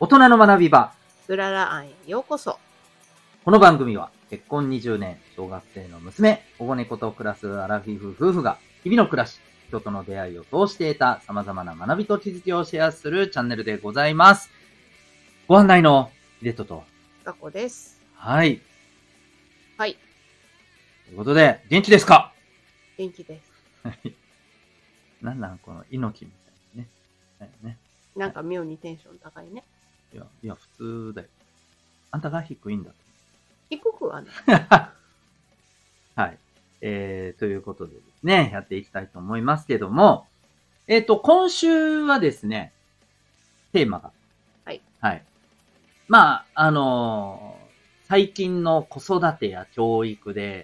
人の学び場。 うらら庵へようこそ。 この番組は結婚20年、小学生の娘、保護猫と暮らすアラフィフ夫婦が日々の暮らし、人との出会いを通して得た様々な学びと気づきをシェアするチャンネルでございます。ご案内のヒデトと。 かこです。 はい。 はい。 ということで、元気ですか？ 元気です。 なんこの猪木みたいなね。 なんか妙にテンション高いね。 いや、普通だよ。あんたが低いんだと。 低くはね。 はい。ということでですね、やっていきたいと思いますけども、今週はですね、テーマが。 はい。 はい。まあ、最近の子育てや教育で、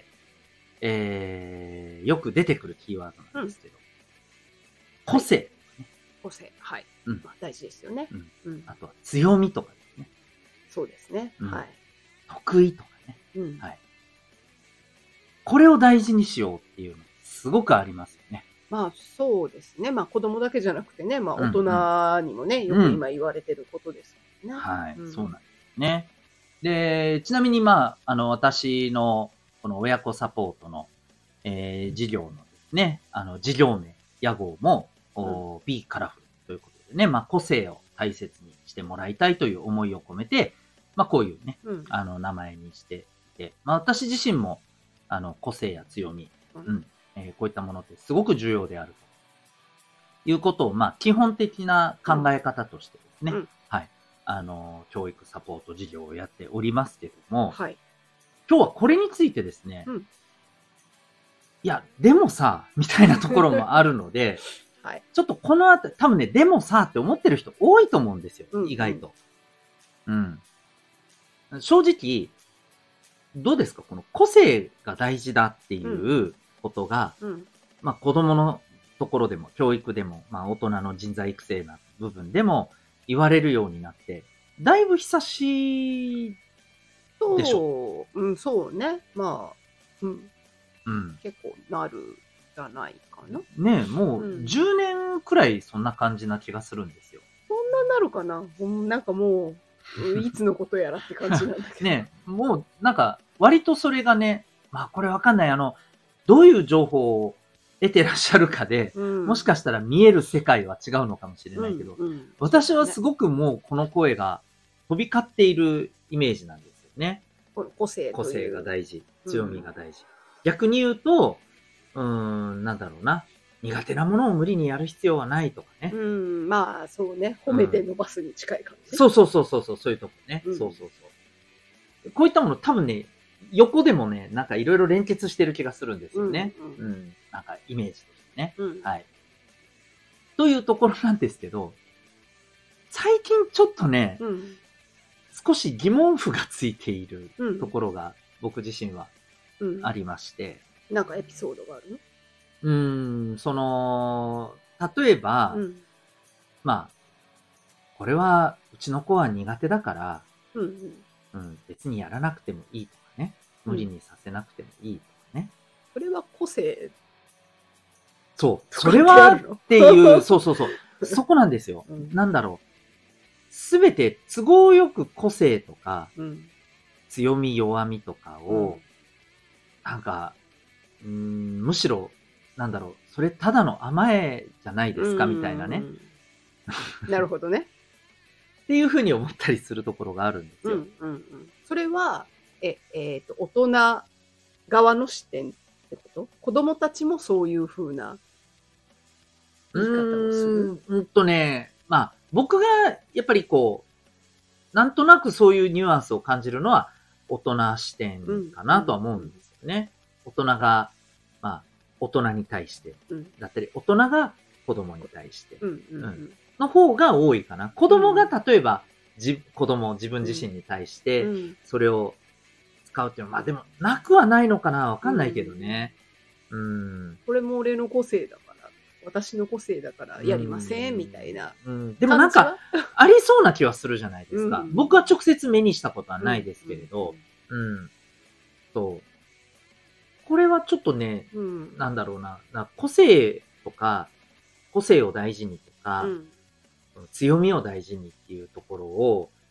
よく出てくるキーワードなんですけど、個性。 個性。はい。 うん。 まあ、大事ですよね。 うん。あとは強みとかですね。 そうですね。 うん、 はい。 得意とかね。 うん。 はい。これを大事にしようっていうのすごくありますよね。 まあそうですね。まあ子供だけじゃなくてね、まあ大人にもね、よく今言われてることですよね。 はい、そうなんですね。で、ちなみに私のこの親子サポートの、事業のですね、事業名、屋号も、Be Colorful ということでね、個性を大切にしてもらいたいという思いを込めて、こういうね、名前にしていて、私自身も、個性や強み、こういったものってすごく重要であるということを、基本的な考え方としてですね、はい。教育サポート事業をやっておりますけども、 はい。 今日はこれについてですね、いや、でもさ、みたいなところもあるので、はい、ちょっとこの後、多分ね、でもさって思ってる人多いと思うんですよ、意外と。正直、どうですか？この個性が大事だっていうことが、子供のところでも、教育でも、大人の人材育成な部分でも言われるようになって、だいぶ久しいでしょ。 そうね。結構なるじゃないかな。 ねえ、もう10年くらいそんな感じな気がするんですよ。 そんななるかな？なんかもう、いつのことやらって感じなんだけど。 ねえ、もうなんか、割とそれがね、これわかんない。どういう情報を得てらっしゃるかで、もしかしたら見える世界は違うのかもしれないけど、私はすごくもうこの声が飛び交っているイメージなんですよね。 個性が大事。強みが大事。逆に言うと、なんだろうな。苦手なものを無理にやる必要はないとかね。 そうね。褒めて伸ばすに近い感じ。 そういうとこね。そう。こういったもの多分ね、横でもね、なんかいろいろ連結してる気がするんですよね。なんかイメージとしてね。はい。というところなんですけど、最近ちょっとね、少し疑問符がついているところが僕自身はありまして。 なんかエピソードがあるの？ 例えば、これはうちの子は苦手だから、別にやらなくてもいいとかね。無理にさせなくてもいいとかね。 それは個性。 そう。それはっていう、そう。そこなんですよ。なんだろう。すべて都合よく個性とか、強み弱みとかを、なんか、むしろ、なんだろう、それただの甘えじゃないですかみたいなね。 なるほどね。 っていうふうに思ったりするところがあるんですよ。 それは、大人側の視点ってこと？子供たちもそういうふうな言い方をする？ 僕がやっぱりこう、なんとなくそういうニュアンスを感じるのは大人視点かなとは思うんですよね。大人が、大人に対して、だったり、大人が子供に対して、の方が多いかな。子供が例えば、自分自身に対して、それを使うっていうのは、でも、なくはないのかなわかんないけどね。 これも俺の個性だから、私の個性だからやりませんみたいな。 でもなんか、ありそうな気はするじゃないですか。僕は直接目にしたことはないですけれど、そう。これはちょっとね、なんだろうな、個性とか、個性を大事にとか、強みを大事にっていうところを、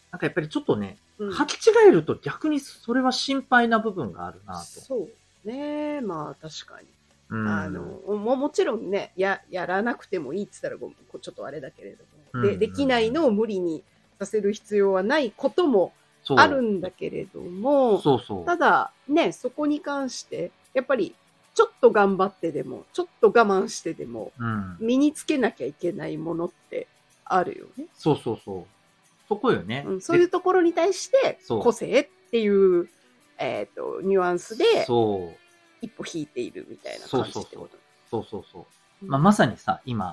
なんかやっぱりちょっとね、 うん。 履き違えると逆にそれは心配な部分があるなと。 そうね。まあ確かに。 うん。 もちろんね、やらなくてもいいって言ったらちょっとあれだけれども、 うんできないのを無理にさせる必要はないこともそう。 あるんだけれども、 そうそう。 ただね、そこに関して、やっぱりちょっと頑張ってでも、ちょっと我慢してでも、 うん。 身につけなきゃいけないものってあるよね。 そうそうそう。そこよね。 うん、そういうところに対して、 そう個性っていう、ニュアンスでそう。 一歩引いているみたいな感じってこと。 そうそうそう。 うんまあ、まさにさ、今、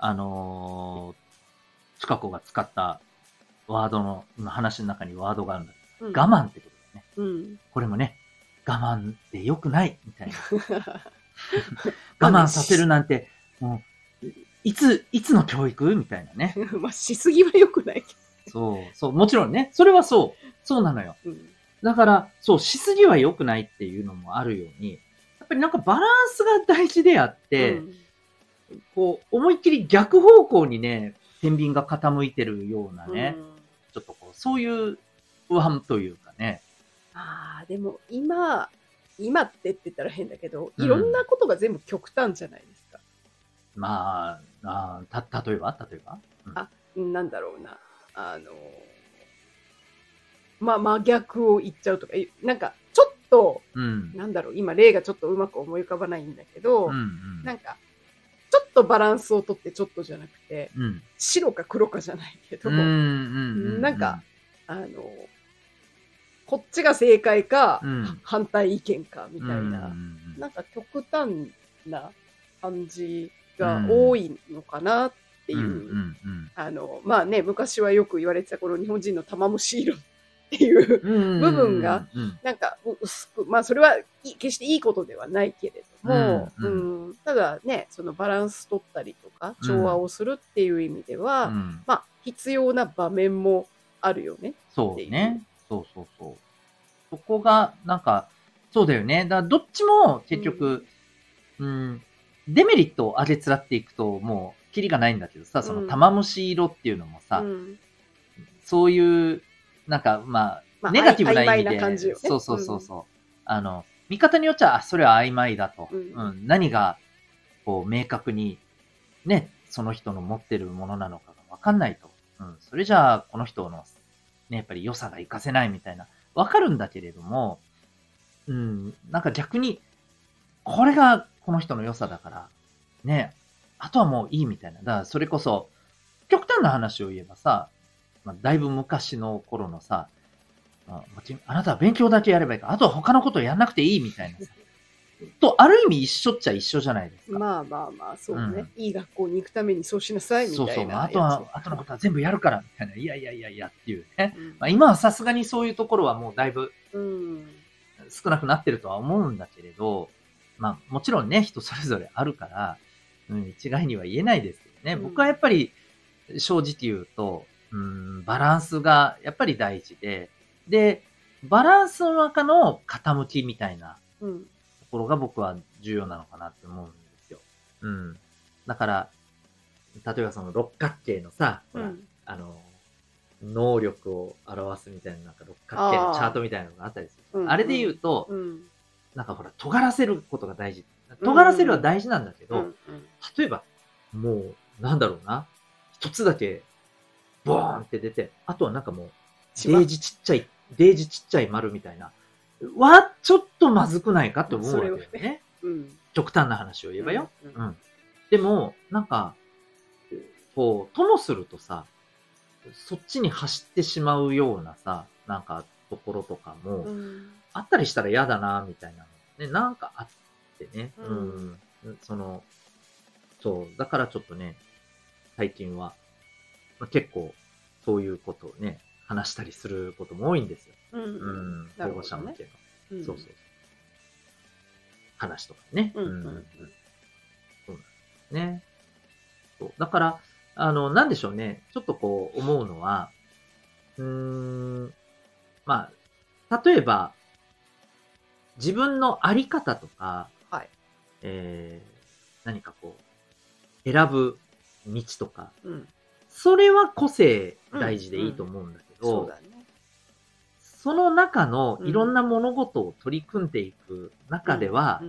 チカ子が使ったワードの、今話の中にワードがあるんだけど、 うん我慢ってことですね。 うん。 これもね、我慢って良くないみたいな。 まあね我慢させるなんて、もう、いつの教育みたいなね。 まあ、しすぎは良くないけそう、もちろんね。それはそうなのよ。 ど。うんだから、しすぎは良くないっていうのもあるように、やっぱりなんかバランスが大事であって、こう、思いっきり逆方向にね、天秤が傾いてるようなね、ちょっとこう、そういう不安というかね。 ああ、でも今って言ったら変だけど、いろんなことが全部極端じゃないですか。 まあ、例えば、 なんだろうな。まあ、真逆を言っちゃうとか、なんか、ちょっと、なんだろう、今例がちょっとうまく思い浮かばないんだけど、なんか、ちょっとバランスをとってちょっとじゃなくて、白か黒かじゃないけど、なんか、こっちが正解か、反対意見かみたいな、なんか極端な感じが多いのかなっていう。まあね、昔はよく言われてたこの日本人の玉虫色っていう部分が、なんか薄く、まあそれは決していいことではないけれども、ただね、そのバランス取ったりとか、調和をするっていう意味では、まあ必要な場面もあるよね。 そうね。そう。そこが、なんか、そうだよね。だからどっちも結局、デメリットを上げつらっていくと、もう、キリがないんだけどさ、その玉虫色っていうのもさ、そういう、なんか、まあ、ネガティブな意味で、そう。見方によっちゃ、それは曖昧だと。何が、こう、明確に、ね、その人の持ってるものなのかがわかんないと。それじゃあ、この人の、ね、やっぱり良さが活かせないみたいな、わかるんだけれども、なんか逆に、これがこの人の良さだから、ね、あとはもういいみたいな。だからそれこそ、極端な話を言えばさ、だいぶ昔の頃のさ、あなたは勉強だけやればいいから、あとは他のことをやんなくていいみたいなさ。と、ある意味一緒っちゃ一緒じゃないですか。 まあ、そうね。いい学校に行くためにそうしなさいみたいな。 あとのことは全部やるから、みたいな。いやっていうね。今はさすがにそういうところはもうだいぶ、少なくなってるとは思うんだけれど、もちろんね、人それぞれあるから、一概には言えないですけどね。僕はやっぱり、正直言うと、バランスがやっぱり大事で、バランスの中の傾きみたいなところが僕は重要なのかなって思うんですよ。だから、例えばその六角形のさ、能力を表すみたいな、なんか六角形のチャートみたいなのがあったりする。あれで言うと、なんかほら、尖らせることが大事。尖らせるは大事なんだけど、例えば、もう、なんだろうな、一つだけ、ボーンって出て、あとはなんかもう、デージちっちゃい丸みたいな。ちょっとまずくないかって思うわけよね。極端な話を言えばよ。でも、なんか、こう、ともするとさ、そっちに走ってしまうようなさ、なんか、ところとかも、あったりしたら嫌だな、みたいなのね、なんかあってね。そう、だからちょっとね、最近は、結構、そういうことをね、話したりすることも多いんですよ。保護者向けの。そう。話とかね。そうなんですね。そう。だから、なんでしょうね。ちょっとこう、思うのは、例えば、自分のあり方とか、何かこう、選ぶ道とか、それは個性大事でいいと思うんだけど、 そうだね。 その中のいろんな物事を取り組んでいく中では、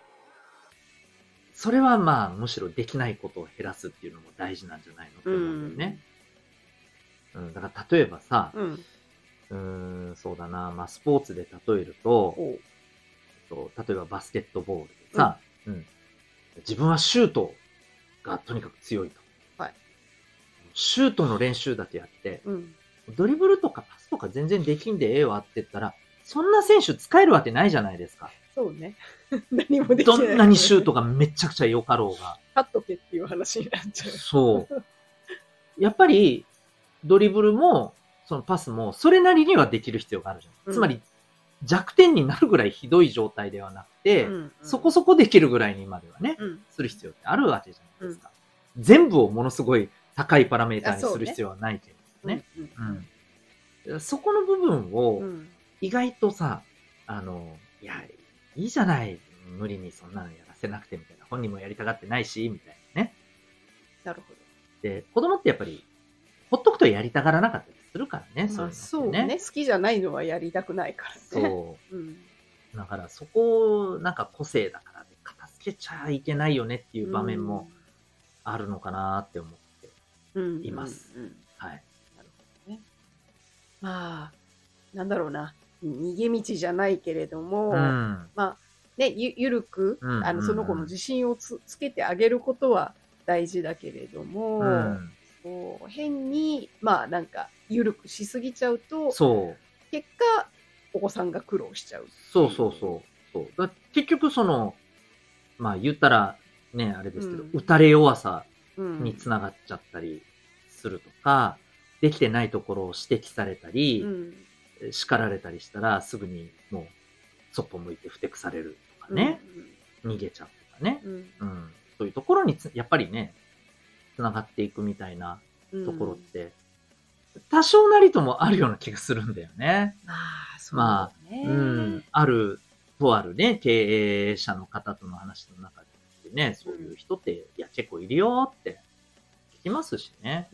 それはまあむしろできないことを減らすっていうのも大事なんじゃないのって思うんだよね。だから例えばさ、そうだな、まあスポーツで例えると、例えばバスケットボールでさ、自分はシュートがとにかく強いと。 はい。 シュートの練習だけやって、ドリブルとかパスとか全然できんでええわって言ったら、そんな選手使えるわけないじゃないですか。 そうね。何もできない、 どんなにシュートがめちゃくちゃ良かろうが。 勝っとけっていう話になっちゃう。 そう。やっぱり、ドリブルも、そのパスも、それなりにはできる必要があるじゃん。つまり、弱点になるぐらいひどい状態ではなくて、そこそこできるぐらいにまではね、する必要ってあるわけじゃないですか。全部をものすごい高いパラメーターにする必要はないけどね。そこの部分を、意外とさ、いや、いいじゃない。無理にそんなのやらせなくてみたいな。本人もやりたがってないし、みたいなね。 なるほど。 で、子供ってやっぱり、ほっとくとやりたがらなかったりするからね、 そうね。好きじゃないのはやりたくないからね。 そう。だからそこをなんか個性だからで片付けちゃいけないよねっていう場面もあるのかなって思っています。はい。 なるほどね。まあ、なんだろうな。逃げ道じゃないけれども、まあ、ね、ゆるく、その子の自信をつけてあげることは大事だけれども、変に、まあなんか、ゆるくしすぎちゃうと、結果、お子さんが苦労しちゃう。 そう結局まあ言ったら、ね、あれですけど、打たれ弱さにつながっちゃったりするとか、できてないところを指摘されたり、叱られたりしたら、すぐにもう、そっぽ向いてふてくされるとかね、逃げちゃうとかね、そういうところにやっぱりね、つながっていくみたいなところって、多少なりともあるような気がするんだよね。まあ、ある、とあるね、経営者の方との話の中でね、そういう人って、いや、結構いるよって聞きますしね。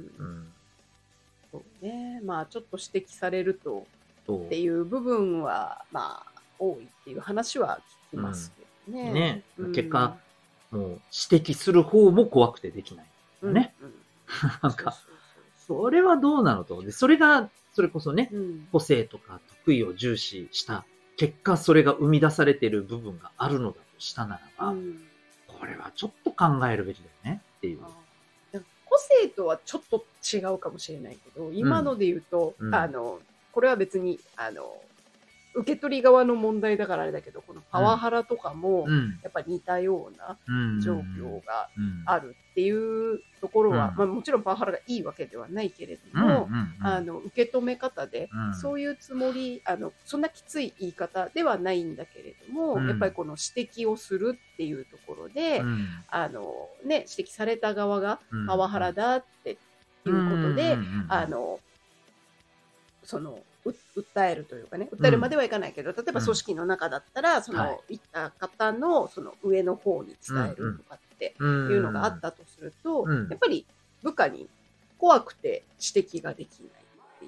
そうね。まあ、ちょっと指摘されると、っていう部分は、まあ、多いっていう話は聞きますけどね。 結果、もう指摘する方も怖くてできない。ね。なんか、それはどうなのと。で、それが、それこそね、個性とか得意を重視した結果、それが生み出されている部分があるのだとしたならば、これはちょっと考えるべきだよねっていう。 個性とはちょっと違うかもしれないけど、今ので言うと、これは別に、受け取り側の問題だからあれだけど、このパワハラとかも、やっぱり似たような状況があるっていうところは、まあもちろんパワハラがいいわけではないけれども、受け止め方で、そういうつもり、そんなきつい言い方ではないんだけれども、やっぱりこの指摘をするっていうところで、ね、指摘された側がパワハラだっていうことで、訴えるというかね、訴えるまではいかないけど、例えば組織の中だったら、いった方の上の方に伝えるとかっていうのがあったとすると、やっぱり部下に怖くて指摘ができないっていう。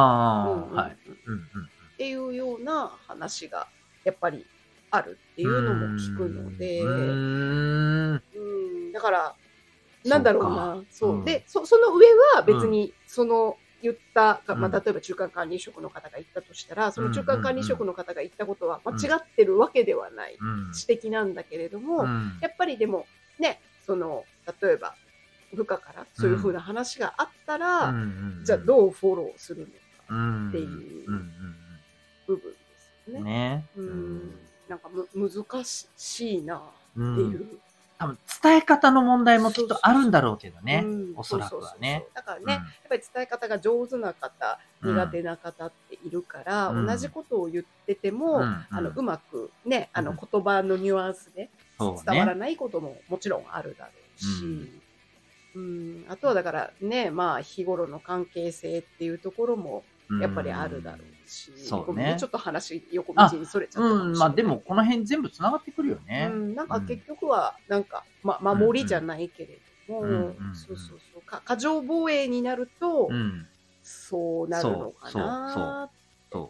っていうような話がやっぱりあるっていうのも聞くので、だから、なんだろうな、そう。で、その上は別に、言った、まあ、例えば中間管理職の方が言ったとしたら、その中間管理職の方が言ったことは間違ってるわけではない、指摘なんだけれども、やっぱりでも、ね、例えば、部下からそういうふうな話があったら、じゃあどうフォローするのかっていう部分ですよね。なんか難しいなっていう。 多分伝え方の問題もきっとあるんだろうけどね。おそらくはね。 だからね、やっぱり伝え方が上手な方、苦手な方っているから、同じことを言ってても、うまくね、言葉のニュアンスで伝わらないことももちろんあるだろうし、あとはだからね、まあ日頃の関係性っていうところもやっぱりあるだろうし、 そうね。 ちょっと話横道にそれちゃったかもしれない。 まあでもこの辺全部繋がってくるよね。 なんか結局はなんか、守りじゃないけれども、過剰防衛になると、 そうなるのかな。 そう。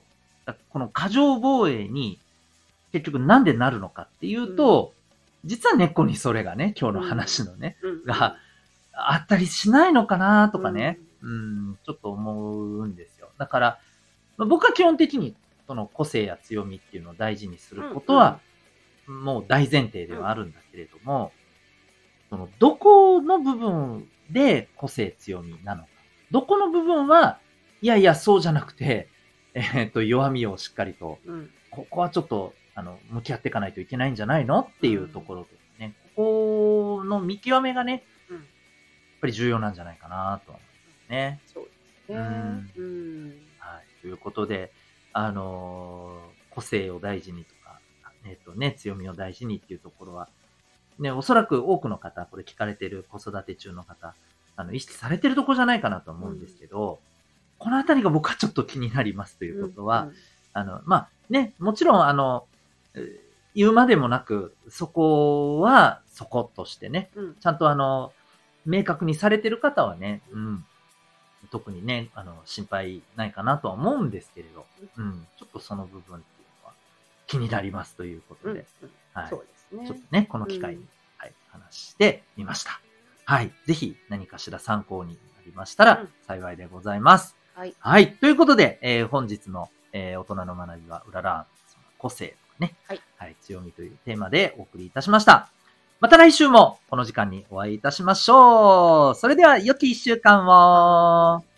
この過剰防衛に結局なんでなるのかっていうと、実は根っこにそれがね、今日の話のね、があったりしないのかなとかね、ちょっと思うんですよ。だから、僕は基本的にその個性や強みっていうのを大事にすることは、もう大前提ではあるんだけれども、そのどこの部分で個性強みなのか。どこの部分は、いやいや、そうじゃなくて、弱みをしっかりと、ここはちょっと、向き合っていかないといけないんじゃないのっていうところとかね、ここの見極めがね、やっぱり重要なんじゃないかなと思いますね。 そうですね。 はい。ということで、個性を大事にとか、強みを大事にっていうところは、ね、おそらく多くの方、これ聞かれてる子育て中の方、意識されてるとこじゃないかなと思うんですけど、このあたりが僕はちょっと気になりますということは、もちろん、言うまでもなく、そこは、そことしてね、ちゃんと明確にされてる方はね、特にね、心配ないかなとは思うんですけれど、ちょっとその部分っていうのは気になりますということで、はい。 そうですね。 ちょっとね、この機会に、はい、話してみました。はい。ぜひ何かしら参考になりましたら幸いでございます。はい。ということで、本日の、大人の学びはうららん、個性とかね、はい、強みというテーマでお送りいたしました。また来週もこの時間にお会いいたしましょう。それでは良き一週間を。